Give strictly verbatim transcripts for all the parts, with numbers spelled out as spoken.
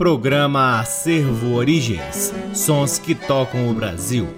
Programa Acervo Origens, sons que tocam o Brasil.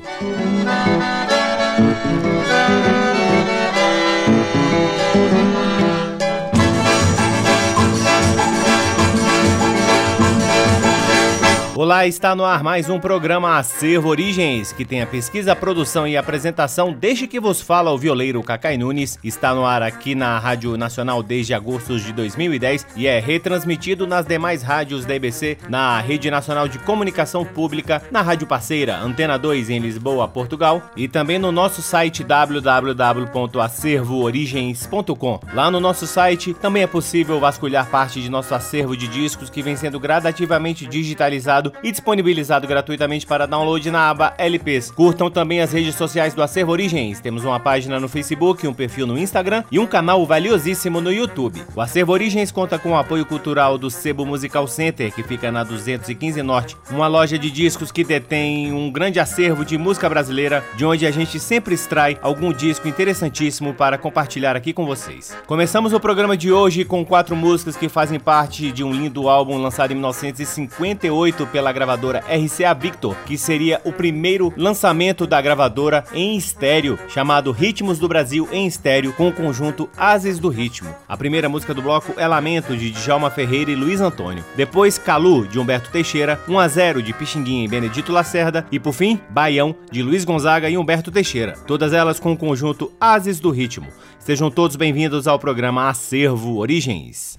Olá, está no ar mais um programa Acervo Origens, que tem a pesquisa, a produção e a apresentação desde que vos fala o violeiro Cacai Nunes. Está no ar aqui na Rádio Nacional desde agosto de dois mil e dez e é retransmitido nas demais rádios da I B C, na Rede Nacional de Comunicação Pública, na Rádio Parceira Antena dois em Lisboa, Portugal, e também no nosso site w w w ponto acervo origens ponto com. Lá no nosso site também é possível vasculhar parte de nosso acervo de discos que vem sendo gradativamente digitalizado e disponibilizado gratuitamente para download na aba L Ps. Curtam também as redes sociais do Acervo Origens. Temos uma página no Facebook, um perfil no Instagram e um canal valiosíssimo no YouTube. O Acervo Origens conta com o apoio cultural do Sebo Musical Center, que fica na duzentos e quinze Norte, uma loja de discos que detém um grande acervo de música brasileira, de onde a gente sempre extrai algum disco interessantíssimo para compartilhar aqui com vocês. Começamos o programa de hoje com quatro músicas que fazem parte de um lindo álbum lançado em mil novecentos e cinquenta e oito pela pela gravadora R C A Victor, que seria o primeiro lançamento da gravadora em estéreo, chamado Ritmos do Brasil em Estéreo, com o conjunto Ases do Ritmo. A primeira música do bloco é Lamento, de Djalma Ferreira e Luiz Antônio. Depois, Calu, de Humberto Teixeira, um a zero, de Pixinguinha e Benedito Lacerda. E por fim, Baião, de Luiz Gonzaga e Humberto Teixeira. Todas elas com o conjunto Ases do Ritmo. Sejam todos bem-vindos ao programa Acervo Origens.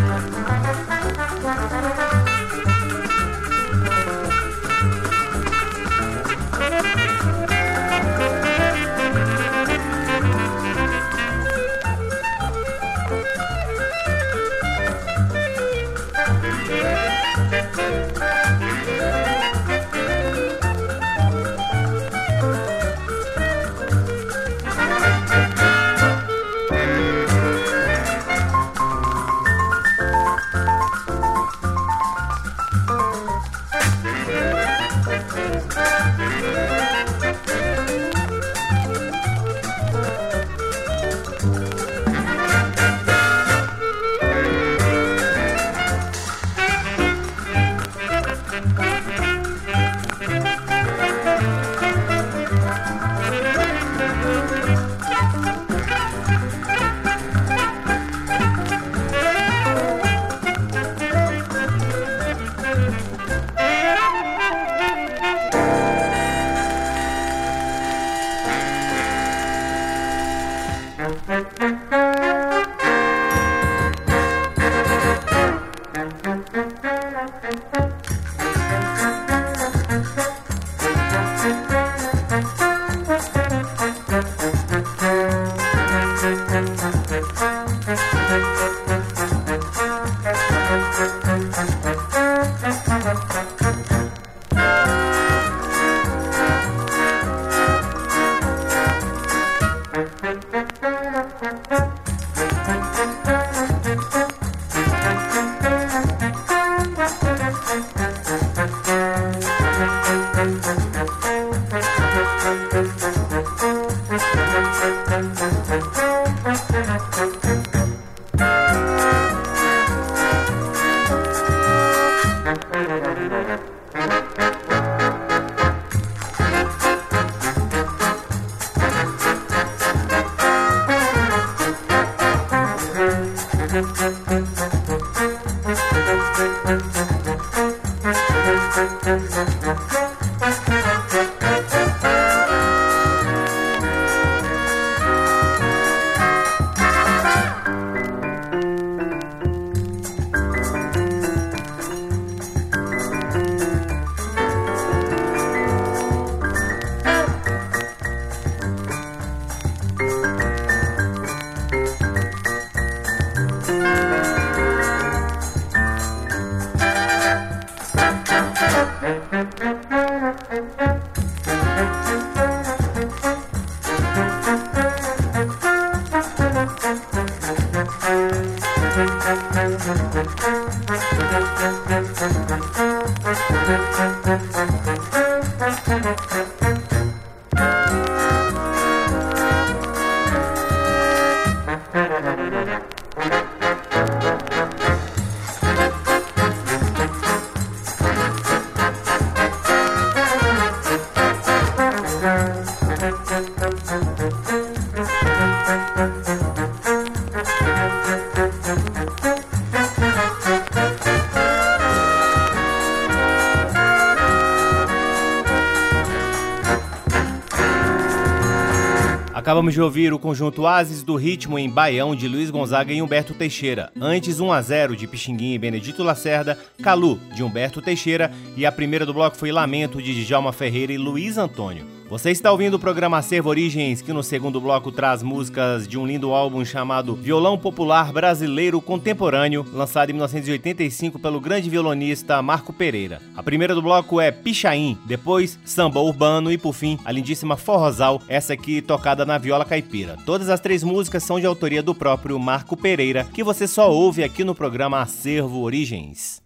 Acabamos de ouvir o conjunto Ases do Ritmo em Baião, de Luiz Gonzaga e Humberto Teixeira. Antes, um a zero de Pixinguinha e Benedito Lacerda, Calu, de Humberto Teixeira, e a primeira do bloco foi Lamento, de Djalma Ferreira e Luiz Antônio. Você está ouvindo o programa Acervo Origens, que no segundo bloco traz músicas de um lindo álbum chamado Violão Popular Brasileiro Contemporâneo, lançado em mil novecentos e oitenta e cinco pelo grande violonista Marco Pereira. A primeira do bloco é Pichain, depois Samba Urbano e, por fim, a lindíssima Forrozal, essa aqui tocada na viola caipira. Todas as três músicas são de autoria do próprio Marco Pereira, que você só ouve aqui no programa Acervo Origens.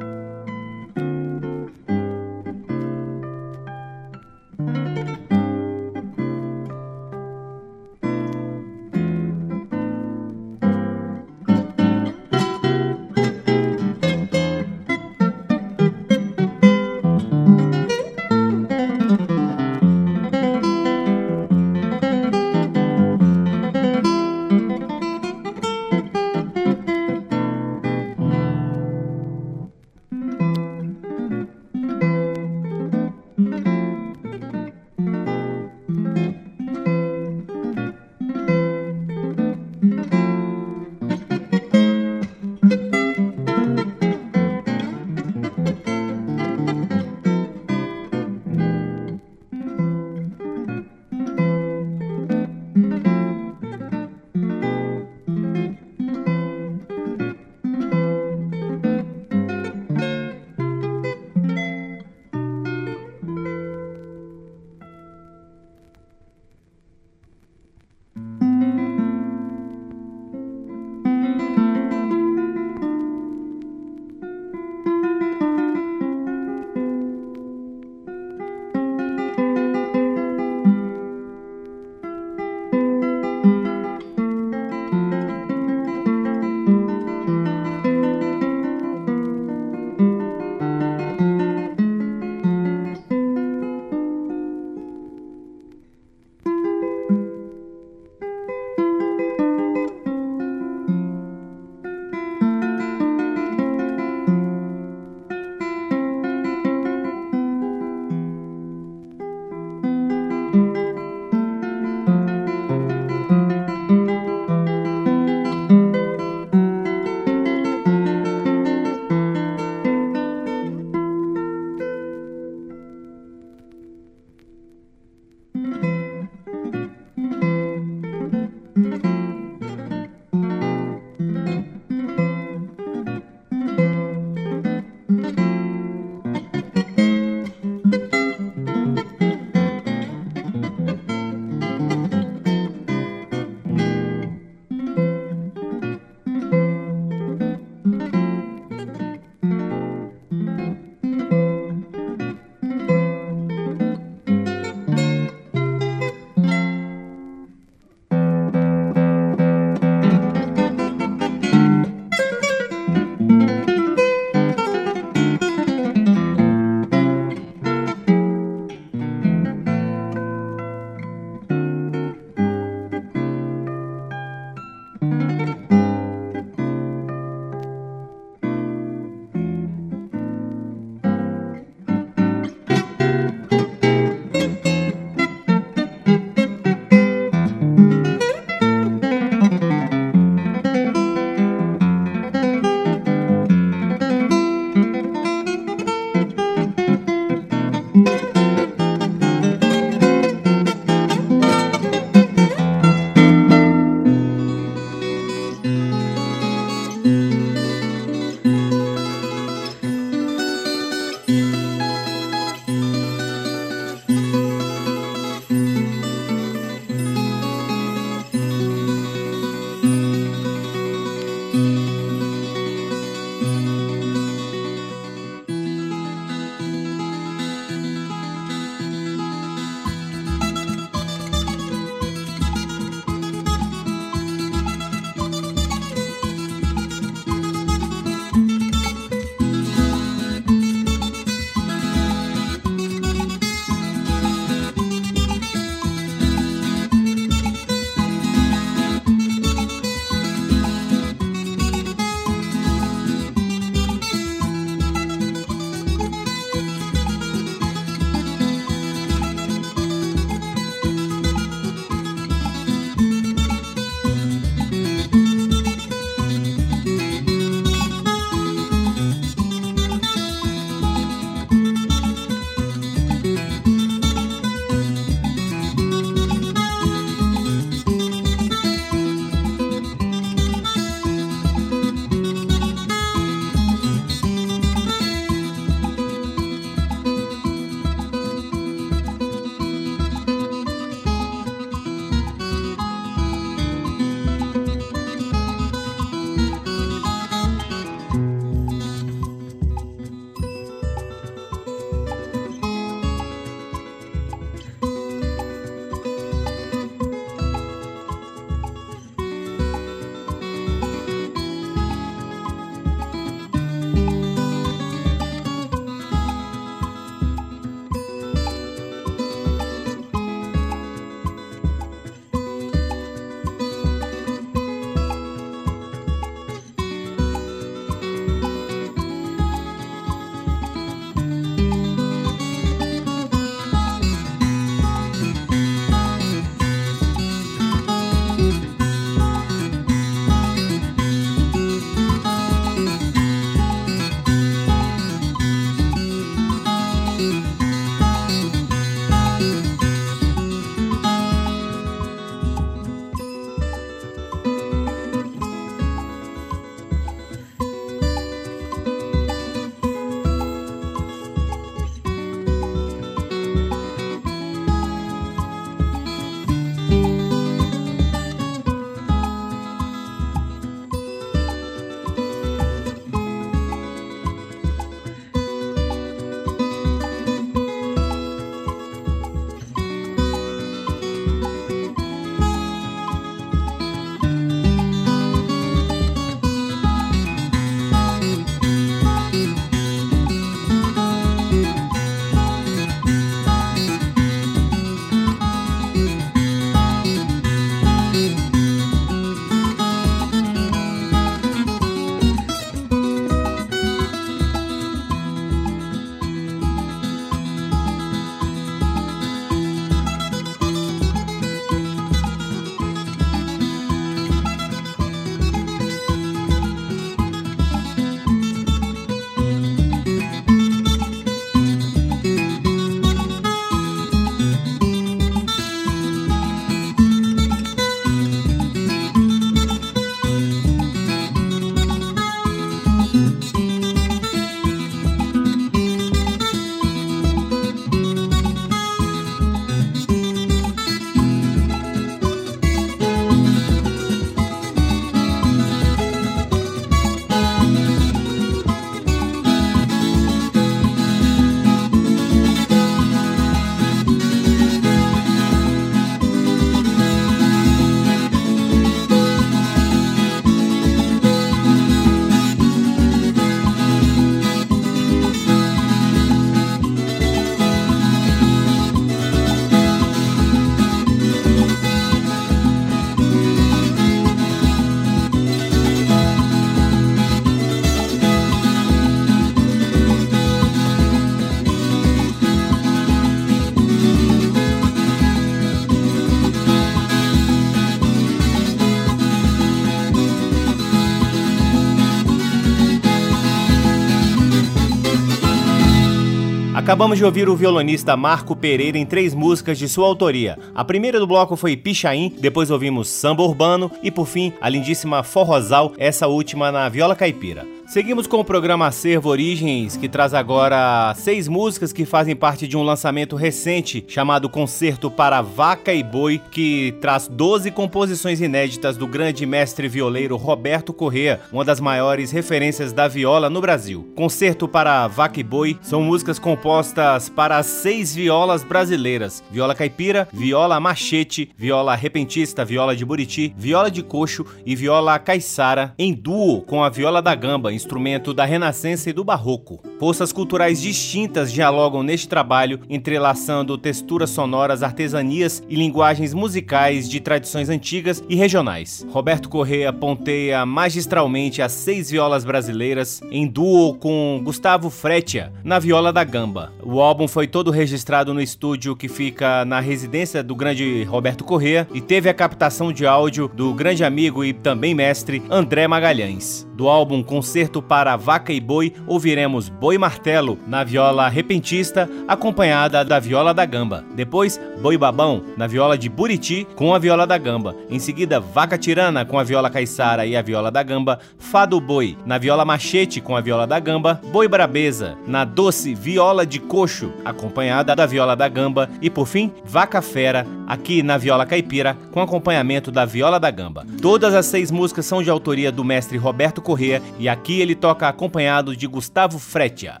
Acabamos de ouvir o violonista Marco Pereira em três músicas de sua autoria. A primeira do bloco foi Pichain, depois ouvimos Samba Urbano e, por fim, a lindíssima Forrozal, essa última na viola caipira. Seguimos com o programa Acervo Origens, que traz agora seis músicas que fazem parte de um lançamento recente chamado Concerto para Vaca e Boi, que traz doze composições inéditas do grande mestre violeiro Roberto Corrêa, uma das maiores referências da viola no Brasil. Concerto para Vaca e Boi são músicas compostas para as seis violas brasileiras: viola caipira, viola machete, viola repentista, viola de buriti, viola de coxo e viola caiçara, em duo com a viola da gamba, instrumento da Renascença e do Barroco. Forças culturais distintas dialogam neste trabalho, entrelaçando texturas sonoras, artesanias e linguagens musicais de tradições antigas e regionais. Roberto Corrêa ponteia magistralmente as seis violas brasileiras, em duo com Gustavo Fretia, na viola da gamba. O álbum foi todo registrado no estúdio que fica na residência do grande Roberto Corrêa e teve a captação de áudio do grande amigo e também mestre André Magalhães. Do álbum Concerto para Vaca e Boi, ouviremos Boi Martelo na viola repentista, acompanhada da viola da gamba. Depois, Boi Babão na viola de buriti com a viola da gamba. Em seguida, Vaca Tirana com a viola caiçara e a viola da gamba. Fado Boi na viola machete com a viola da gamba. Boi Brabeza na doce viola de coxo, acompanhada da viola da gamba. E por fim, Vaca Fera aqui na viola caipira com acompanhamento da viola da gamba. Todas as seis músicas são de autoria do mestre Roberto Corrêa e aqui ele toca acompanhado de Gustavo Fretia.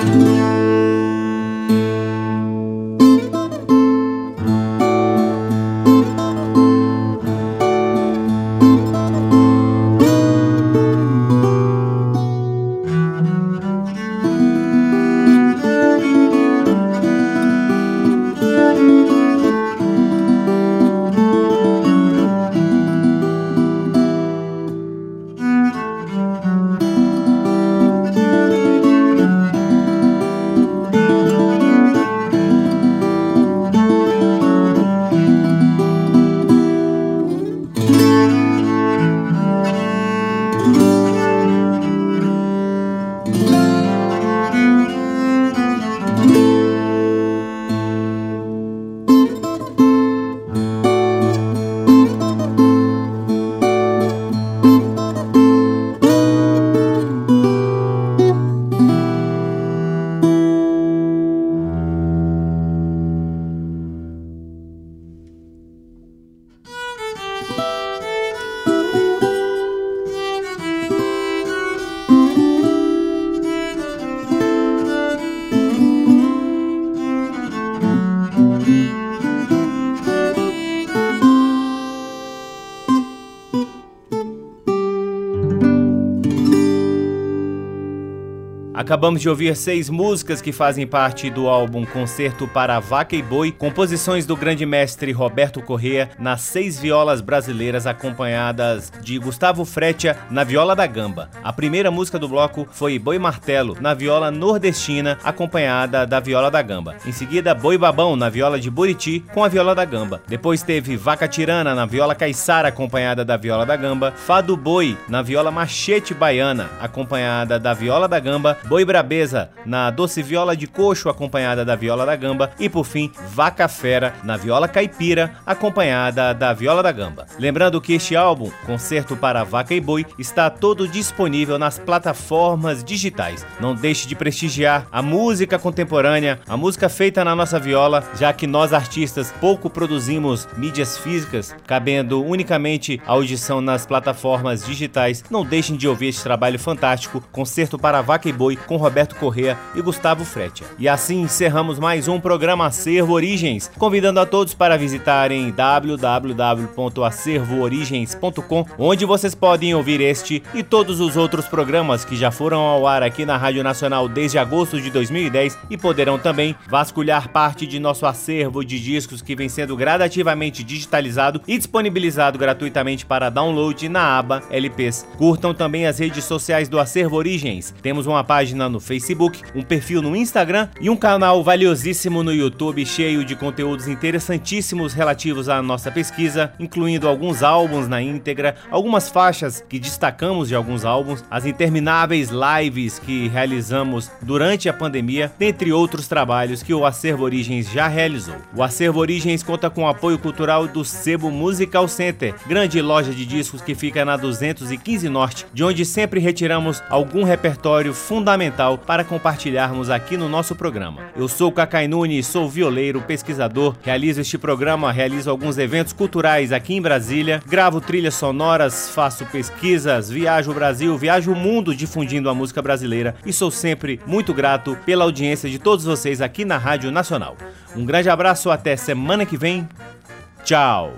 Acabamos de ouvir seis músicas que fazem parte do álbum Concerto para Vaca e Boi, composições do grande mestre Roberto Corrêa nas seis violas brasileiras, acompanhadas de Gustavo Frecia na viola da gamba. A primeira música do bloco foi Boi Martelo, na viola nordestina, acompanhada da viola da gamba. Em seguida, Boi Babão, na viola de Buriti, com a viola da gamba. Depois teve Vaca Tirana, na viola caiçara, acompanhada da viola da gamba. Fado Boi, na viola machete baiana, acompanhada da viola da gamba. Boi Brabeza, na doce viola de coxo, acompanhada da viola da gamba. E por fim, Vaca Fera, na viola caipira, acompanhada da viola da gamba. Lembrando que este álbum, Concerto para Vaca e Boi, está todo disponível nas plataformas digitais. Não deixe de prestigiar a música contemporânea, a música feita na nossa viola, já que nós artistas pouco produzimos mídias físicas, cabendo unicamente a audição nas plataformas digitais. Não deixem de ouvir este trabalho fantástico, Concerto para Vaca e Boi, com Roberto Corrêa e Gustavo Frecia. E assim encerramos mais um programa Acervo Origens, convidando a todos para visitarem w w w ponto acervo origens ponto com, onde vocês podem ouvir este e todos os outros programas que já foram ao ar aqui na Rádio Nacional desde agosto de dois mil e dez, e poderão também vasculhar parte de nosso acervo de discos que vem sendo gradativamente digitalizado e disponibilizado gratuitamente para download na aba L Ps. Curtam também as redes sociais do Acervo Origens. Temos uma página no Facebook, um perfil no Instagram e um canal valiosíssimo no YouTube, cheio de conteúdos interessantíssimos relativos à nossa pesquisa, incluindo alguns álbuns na íntegra, algumas faixas que destacamos de alguns álbuns, as intermináveis lives que realizamos durante a pandemia, dentre outros trabalhos que o Acervo Origens já realizou. O Acervo Origens conta com o apoio cultural do Sebo Musical Center, grande loja de discos que fica na duzentos e quinze Norte, de onde sempre retiramos algum repertório fundamental para compartilharmos aqui no nosso programa. Eu sou Cacai Nunes, sou violeiro, pesquisador, realizo este programa, realizo alguns eventos culturais aqui em Brasília, gravo trilhas sonoras, faço pesquisas, viajo o Brasil, viajo o mundo difundindo a música brasileira e sou sempre muito grato pela audiência de todos vocês aqui na Rádio Nacional. Um grande abraço, até semana que vem. Tchau!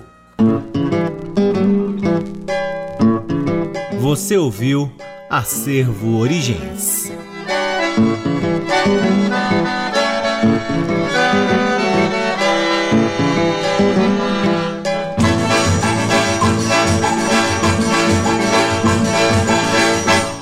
Você ouviu Acervo Origens. Thank you.